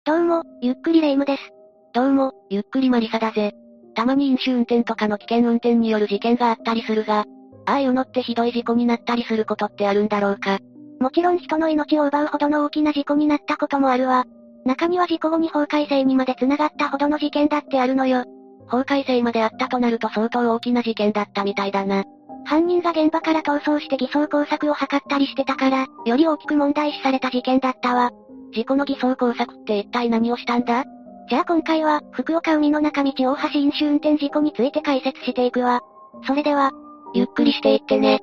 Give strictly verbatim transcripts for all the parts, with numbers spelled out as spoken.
どうも、ゆっくりレ夢ムです。 どうも、ゆっくりマリサだぜ。たまに飲酒運転とかの危険運転による事件があったりするが、ああいうのってひどい事故になったりすることってあるんだろうか。 もちろん人の命を奪うほどの大きな事故になったこともあるわ。中には事故後に法改正にまで繋がったほどの事件だってあるのよ。 法改正まであったとなると相当大きな事件だったみたいだな。 犯人が現場から逃走して偽装工作を図ったりしてたから、より大きく問題視された事件だったわ。 事故の偽装工作って一体何をしたんだ？ じゃあ今回は、福岡海の中道大橋飲酒運転事故について解説していくわ。それでは、 ゆっくりしていってね。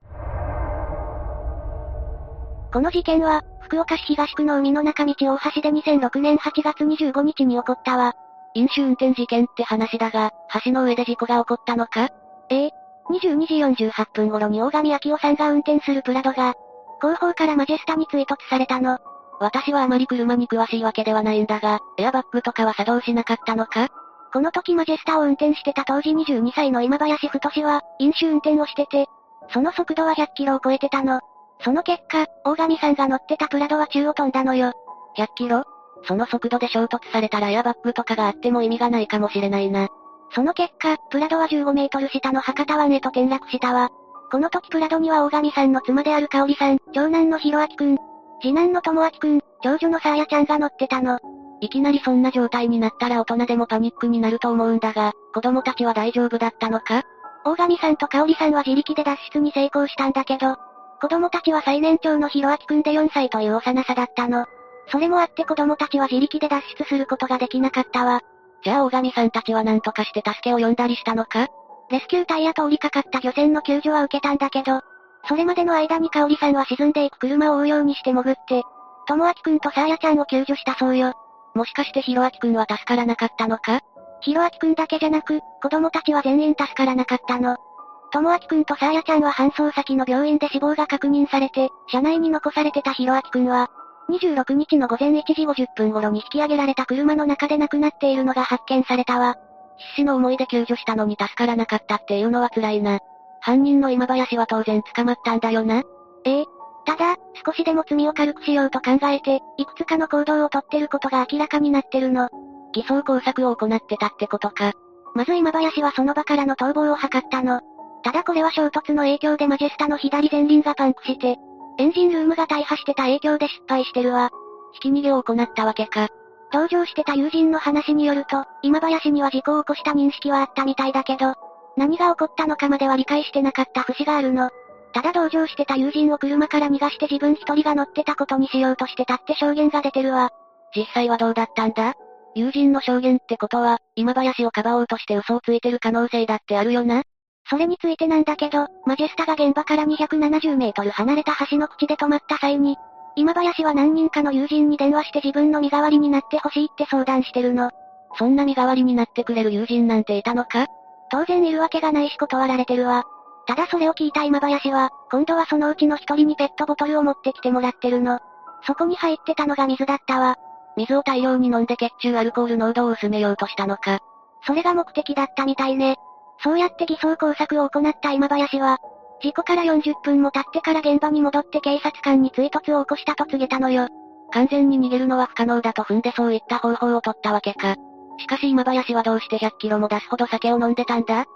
この事件は、福岡市東区の海の中道大橋でにせんろくねんはちがつにじゅうごにちに起こったわ。 飲酒運転事件って話だが、橋の上で事故が起こったのか？ ええ。にじゅうにじよんじゅうはっぷん頃に大神明夫さんが運転するプラドが、後方からマジェスタに追突されたの。 私はあまり車に詳しいわけではないんだが、エアバッグとかは作動しなかったのか？ この時マジェスタを運転してた当時にじゅうにさいの今林太は、飲酒運転をしてて、その速度はひゃっキロを超えてたの。その結果、大神さんが乗ってたプラドは宙を飛んだのよ。 ひゃっキロ？その速度で衝突されたらエアバッグとかがあっても意味がないかもしれないな。 その結果、プラドはじゅうごメートル下の博多湾へと転落したわ。この時プラドには大神さんの妻である香織さん、長男の弘明くん、次男の智明くん、長女のさあやちゃんが乗ってたの。 いきなりそんな状態になったら大人でもパニックになると思うんだが、子供たちは大丈夫だったのか？ 大神さんと香織さんは自力で脱出に成功したんだけど、子供たちは最年長の弘明くんでよんさいという幼さだったの。それもあって子供たちは自力で脱出することができなかったわ。 じゃあ大神さんたちは何とかして助けを呼んだりしたのか？ レスキュー隊や通りかかった漁船の救助は受けたんだけど、それまでの間に香織さんは沈んでいく車を追うようにして潜って、智明くんとさあやちゃんを救助したそうよ。 もしかして弘明くんは助からなかったのか？ 弘明くんだけじゃなく、子供たちは全員助からなかったの。智明くんとさあやちゃんは搬送先の病院で死亡が確認されて、車内に残されてた弘明くんは、にじゅうろくにちのごぜんいちじごじゅっぷん頃に引き上げられた車の中で亡くなっているのが発見されたわ。 必死の思いで救助したのに助からなかったっていうのは辛いな。犯人の今林は当然捕まったんだよな？ ええ。ただ、少しでも罪を軽くしようと考えて、いくつかの行動をとってることが明らかになってるの。 偽装工作を行ってたってことか。 まず今林はその場からの逃亡を図ったの。ただこれは衝突の影響でマジェスタの左前輪がパンクして、エンジンルームが大破してた影響で失敗してるわ。 ひき逃げを行ったわけか。 同乗してた友人の話によると、今林には事故を起こした認識はあったみたいだけど、何が起こったのかまでは理解してなかった節があるの。ただ同乗してた友人を車から逃がして自分一人が乗ってたことにしようとしてたって証言が出てるわ。 実際はどうだったんだ？友人の証言ってことは、今林をかばおうとして嘘をついてる可能性だってあるよな？ それについてなんだけど、マジェスタが現場からにひゃくななじゅうメートル離れた橋の口で止まった際に、今林は何人かの友人に電話して自分の身代わりになってほしいって相談してるの。 そんな身代わりになってくれる友人なんていたのか？ 当然いるわけがないし断られてるわ。ただそれを聞いた今林は、今度はそのうちの一人にペットボトルを持ってきてもらってるの。そこに入ってたのが水だったわ。 水を大量に飲んで血中アルコール濃度を薄めようとしたのか。 それが目的だったみたいね。そうやって偽装工作を行った今林は、事故からよんじゅっぷんも経ってから現場に戻って警察官に追突を起こしたと告げたのよ。 完全に逃げるのは不可能だと踏んでそういった方法を取ったわけか。しかし今林はどうしてひゃっキロも出すほど酒を飲んでたんだ？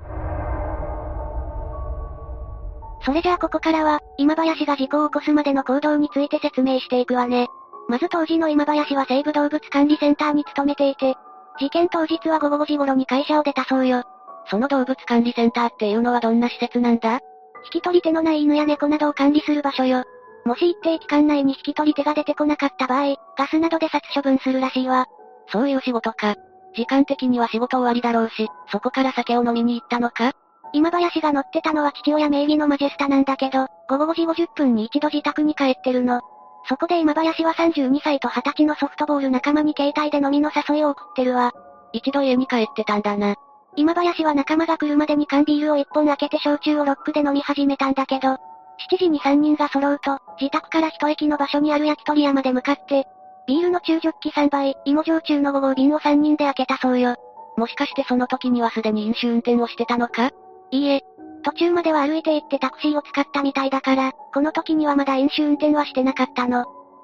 それじゃあここからは、今林が事故を起こすまでの行動について説明していくわね。まず当時の今林は西武動物管理センターに勤めていて、事件当日は午後ごじ頃に会社を出たそうよ。 その動物管理センターっていうのはどんな施設なんだ？ 引き取り手のない犬や猫などを管理する場所よ。もし一定期間内に引き取り手が出てこなかった場合、ガスなどで殺処分するらしいわ。 そういう仕事か。時間的には仕事終わりだろうし、そこから酒を飲みに行ったのか？ 今林が乗ってたのは父親名義のマジェスタなんだけど、午後ごじごじゅっぷんに一度自宅に帰ってるの。そこで今林はさんじゅうにさいとはたちのソフトボール仲間に携帯で飲みの誘いを送ってるわ。 一度家に帰ってたんだな。 今林は仲間が来るまでに缶ビールをいっぽん開けて焼酎をロックで飲み始めたんだけど、しちじにさんにんが揃うと、自宅から一駅の場所にある焼き鳥屋まで向かって、ビールの中ジョッキさんばい、芋焼酎のごごう瓶をさんにんで開けたそうよ。 もしかしてその時にはすでに飲酒運転をしてたのか？ いいえ。途中までは歩いて行ってタクシーを使ったみたいだから、この時にはまだ飲酒運転はしてなかったの。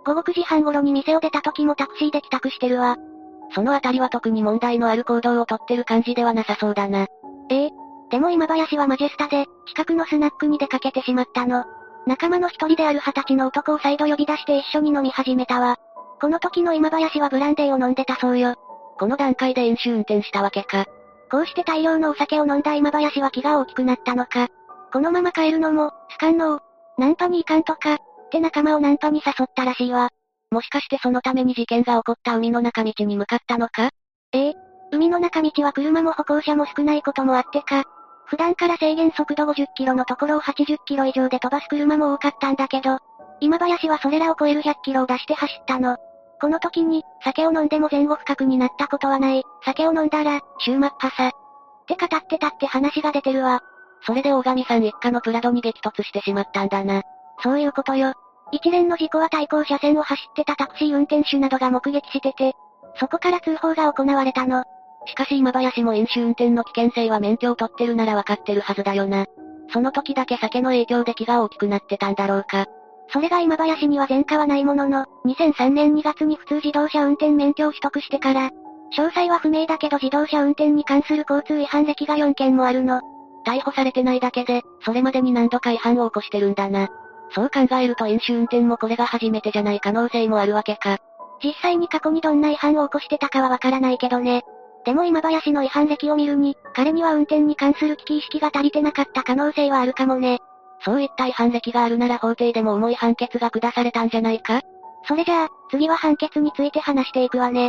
午後くじはん頃に店を出た時もタクシーで帰宅してるわ。 そのあたりは特に問題のある行動をとってる感じではなさそうだな。 ええ。でも今林はマジェスタで、近くのスナックに出かけてしまったの。仲間の一人である二十歳の男を再度呼び出して一緒に飲み始めたわ。この時の今林はブランデーを飲んでたそうよ。 この段階で飲酒運転したわけか。 こうして大量のお酒を飲んだ今林は気が大きくなったのか。このまま帰るのも、スカンのナンパに行かんとか、って仲間をナンパに誘ったらしいわ。 もしかしてそのために事件が起こった海の中道に向かったのか？ ええ。海の中道は車も歩行者も少ないこともあってか、普段から制限速度ごじゅっキロのところをはちじゅっキロ以上で飛ばす車も多かったんだけど、今林はそれらを超えるひゃっキロを出して走ったの。この時に、酒を飲んでも前後不覚になったことはない。酒を飲んだら、終末派さ。って語ってたって話が出てるわ。 それで大神さん一家のプラドに激突してしまったんだな。 そういうことよ。一連の事故は対向車線を走ってたタクシー運転手などが目撃してて、そこから通報が行われたの。 しかし今林も飲酒運転の危険性は免許を取ってるならわかってるはずだよな。その時だけ酒の影響で気が大きくなってたんだろうか。 それが今林には前科はないものの、にせんさんねんにがつに普通自動車運転免許を取得してから、詳細は不明だけど自動車運転に関する交通違反歴がよんけんもあるの。 逮捕されてないだけで、それまでに何度か違反を起こしてるんだな。そう考えると飲酒運転もこれが初めてじゃない可能性もあるわけか。 実際に過去にどんな違反を起こしてたかはわからないけどね。でも今林の違反歴を見るに、彼には運転に関する危機意識が足りてなかった可能性はあるかもね。 そういった違反歴があるなら法廷でも重い判決が下されたんじゃないか？ それじゃあ、次は判決について話していくわね。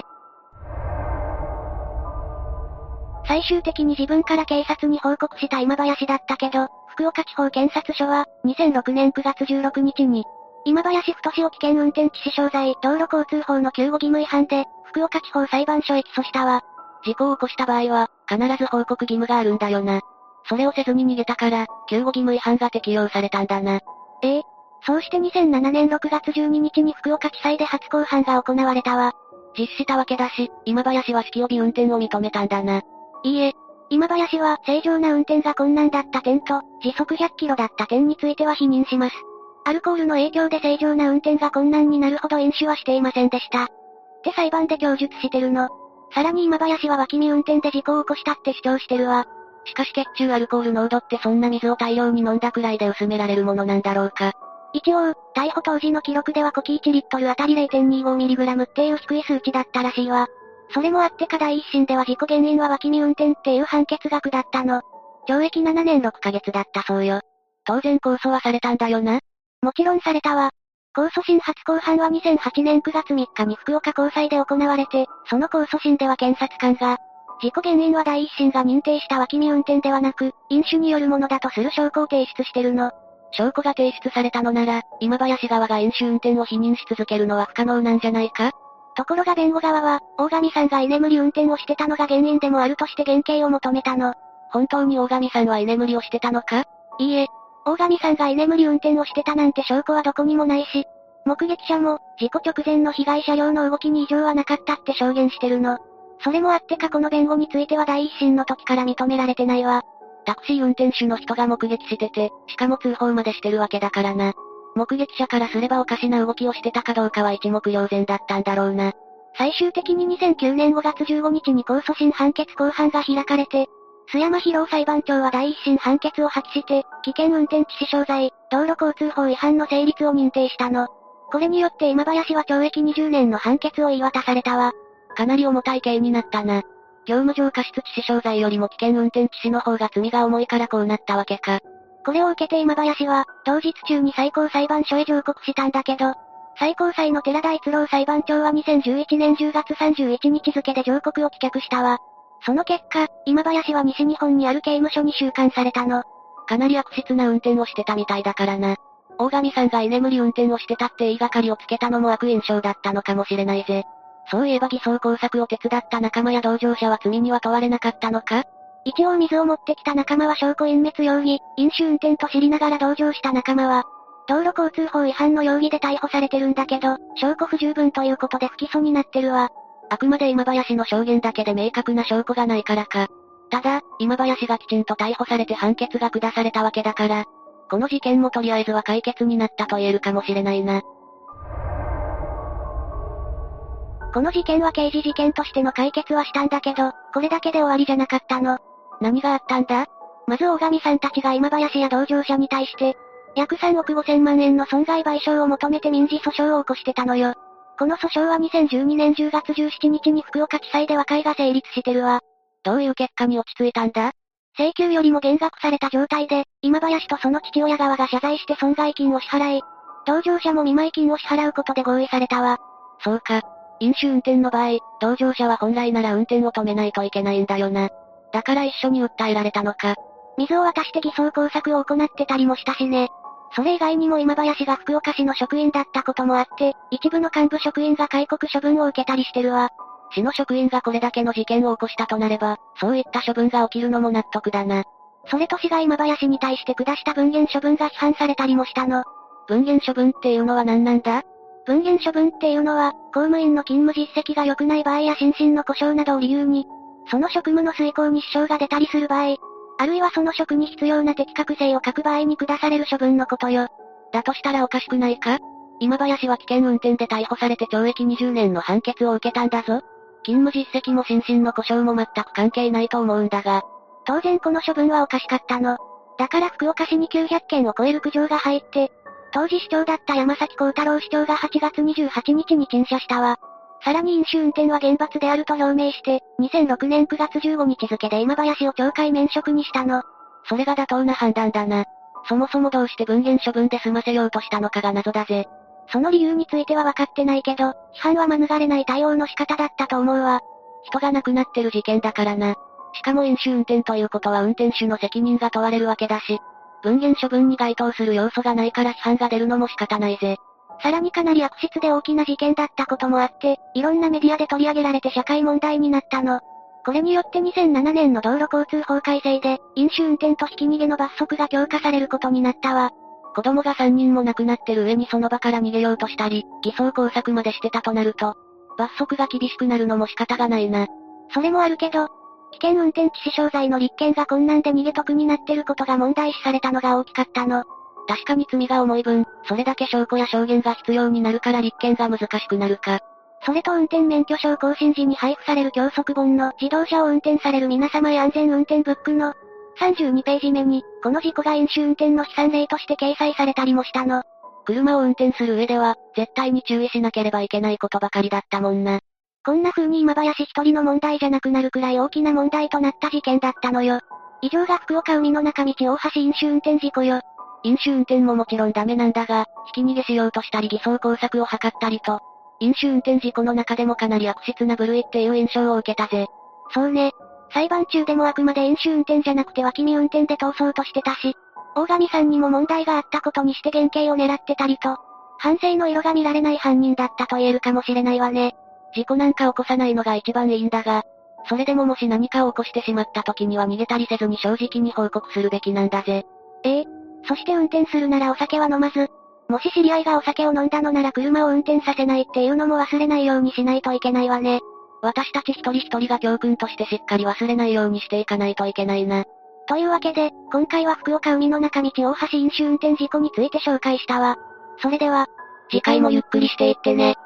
最終的に自分から警察に報告した今林だったけど、福岡地方検察署は、にせんろくねんくがつじゅうろくにちに、今林太を危険運転致死傷罪、道路交通法の救護義務違反で、福岡地方裁判所へ起訴したわ。 事故を起こした場合は、必ず報告義務があるんだよな。それをせずに逃げたから、救護義務違反が適用されたんだな。 ええ。そうしてにせんななねんろくがつじゅうににちに福岡地裁で初公判が行われたわ。 実施したわけだし、今林は酒気帯び運転を認めたんだな。 いいえ。今林は正常な運転が困難だった点と、時速ひゃっキロだった点については否認します。アルコールの影響で正常な運転が困難になるほど飲酒はしていませんでした。って裁判で供述してるの。さらに今林は脇見運転で事故を起こしたって主張してるわ。 しかし血中アルコール濃度ってそんな水を大量に飲んだくらいで薄められるものなんだろうか。 一応、逮捕当時の記録では呼気いちリットルあたり れいてんにじゅうごミリグラム っていう低い数値だったらしいわ。それもあってか第一審では事故原因は脇見運転っていう判決が下ったの。懲役ななねんろっかげつだったそうよ。 当然控訴はされたんだよな。 もちろんされたわ。控訴審初公判はにせんはちねんくがつみっかに福岡高裁で行われて、その控訴審では検察官が、事故原因は第一審が認定した脇見運転ではなく、飲酒によるものだとする証拠を提出してるの。 証拠が提出されたのなら、今林側が飲酒運転を否認し続けるのは不可能なんじゃないか？ ところが弁護側は、大神さんが居眠り運転をしてたのが原因でもあるとして減刑を求めたの。 本当に大神さんは居眠りをしてたのか？ いいえ。大神さんが居眠り運転をしてたなんて証拠はどこにもないし、目撃者も、事故直前の被害車両の動きに異常はなかったって証言してるの。それもあってかこの弁護については第一審の時から認められてないわ。 タクシー運転手の人が目撃してて、しかも通報までしてるわけだからな。目撃者からすればおかしな動きをしてたかどうかは一目瞭然だったんだろうな。 最終的ににせんきゅうねんごがつじゅうごにちに控訴審判決公判が開かれて、須山博裁判長は第一審判決を破棄して、危険運転致死傷罪、道路交通法違反の成立を認定したの。これによって今林は懲役にじゅうねんの判決を言い渡されたわ。 かなり重たい刑になったな。業務上過失致死傷罪よりも危険運転致死の方が罪が重いからこうなったわけか。 これを受けて今林は、当日中に最高裁判所へ上告したんだけど、最高裁の寺田一郎裁判長はにせんじゅういちねんじゅうがつさんじゅういちにち付で上告を棄却したわ。その結果、今林は西日本にある刑務所に収監されたの。 かなり悪質な運転をしてたみたいだからな。大神さんが居眠り運転をしてたって言いがかりをつけたのも悪印象だったのかもしれないぜ。そういえば偽装工作を手伝った仲間や同乗者は罪には問われなかったのか？ 一応水を持ってきた仲間は証拠隠滅容疑、飲酒運転と知りながら同乗した仲間は、道路交通法違反の容疑で逮捕されてるんだけど、証拠不十分ということで不起訴になってるわ。 あくまで今林の証言だけで明確な証拠がないからか。ただ、今林がきちんと逮捕されて判決が下されたわけだから、この事件もとりあえずは解決になったと言えるかもしれないな。 この事件は刑事事件としての解決はしたんだけど、これだけで終わりじゃなかったの。 何があったんだ？ まず大神さんたちが今林や同乗者に対して、約さんおくごせんまんえんの損害賠償を求めて民事訴訟を起こしてたのよ。この訴訟はにせんじゅうにねんじゅうがつじゅうしちにちに福岡地裁で和解が成立してるわ。 どういう結果に落ち着いたんだ？ 請求よりも減額された状態で、今林とその父親側が謝罪して損害金を支払い、同乗者も見舞い金を支払うことで合意されたわ。 そうか。飲酒運転の場合、同乗者は本来なら運転を止めないといけないんだよな。だから一緒に訴えられたのか。 水を渡して偽装工作を行ってたりもしたしね。それ以外にも今林が福岡市の職員だったこともあって、一部の幹部職員が戒告処分を受けたりしてるわ。 市の職員がこれだけの事件を起こしたとなれば、そういった処分が起きるのも納得だな。 それと市が今林に対して下した分限処分が批判されたりもしたの。 分限処分っていうのは何なんだ？ 分限処分っていうのは、公務員の勤務実績が良くない場合や心身の故障などを理由に、その職務の遂行に支障が出たりする場合、あるいはその職に必要な適格性を欠く場合に下される処分のことよ。 だとしたらおかしくないか？今林は危険運転で逮捕されて懲役にじゅうねんの判決を受けたんだぞ。勤務実績も心身の故障も全く関係ないと思うんだが。 当然この処分はおかしかったの。だから福岡市にきゅうひゃっけんを超える苦情が入って、当時市長だった山崎幸太郎市長がはちがつにじゅうはちにちに陳謝したわ。さらに飲酒運転は厳罰であると表明して、にせんろくねんくがつじゅうごにち付で今林を懲戒免職にしたの。 それが妥当な判断だな。そもそもどうして分限処分で済ませようとしたのかが謎だぜ。 その理由については分かってないけど、批判は免れない対応の仕方だったと思うわ。 人が亡くなってる事件だからな。しかも飲酒運転ということは運転手の責任が問われるわけだし、分限処分に該当する要素がないから批判が出るのも仕方ないぜ。 さらにかなり悪質で大きな事件だったこともあって、いろんなメディアで取り上げられて社会問題になったの。これによってにせんななねんの道路交通法改正で、飲酒運転とひき逃げの罰則が強化されることになったわ。 子供がさんにんも亡くなってる上にその場から逃げようとしたり、偽装工作までしてたとなると、罰則が厳しくなるのも仕方がないな。 それもあるけど、危険運転致死傷罪の立件が困難で逃げ得になってることが問題視されたのが大きかったの。 確かに罪が重い分、それだけ証拠や証言が必要になるから立件が難しくなるか。 それと運転免許証更新時に配布される教則本の自動車を運転される皆様へ安全運転ブックのさんじゅうにページ目に、この事故が飲酒運転の悲惨例として掲載されたりもしたの。 車を運転する上では、絶対に注意しなければいけないことばかりだったもんな。 こんな風に今林一人の問題じゃなくなるくらい大きな問題となった事件だったのよ。以上が福岡海の中道大橋飲酒運転事故よ。 飲酒運転ももちろんダメなんだが、ひき逃げしようとしたり偽装工作を図ったりと、飲酒運転事故の中でもかなり悪質な部類っていう印象を受けたぜ。 そうね。裁判中でもあくまで飲酒運転じゃなくて脇見運転で逃走としてたし、大神さんにも問題があったことにして減刑を狙ってたりと、反省の色が見られない犯人だったと言えるかもしれないわね。 事故なんか起こさないのが一番いいんだが、それでももし何かを起こしてしまった時には逃げたりせずに正直に報告するべきなんだぜ。 ええ。そして運転するならお酒は飲まず、もし知り合いがお酒を飲んだのなら車を運転させないっていうのも忘れないようにしないといけないわね。 私たち一人一人が教訓としてしっかり忘れないようにしていかないといけないな。 というわけで、今回は福岡海の中道大橋飲酒運転事故について紹介したわ。それでは、 次回もゆっくりしていってね。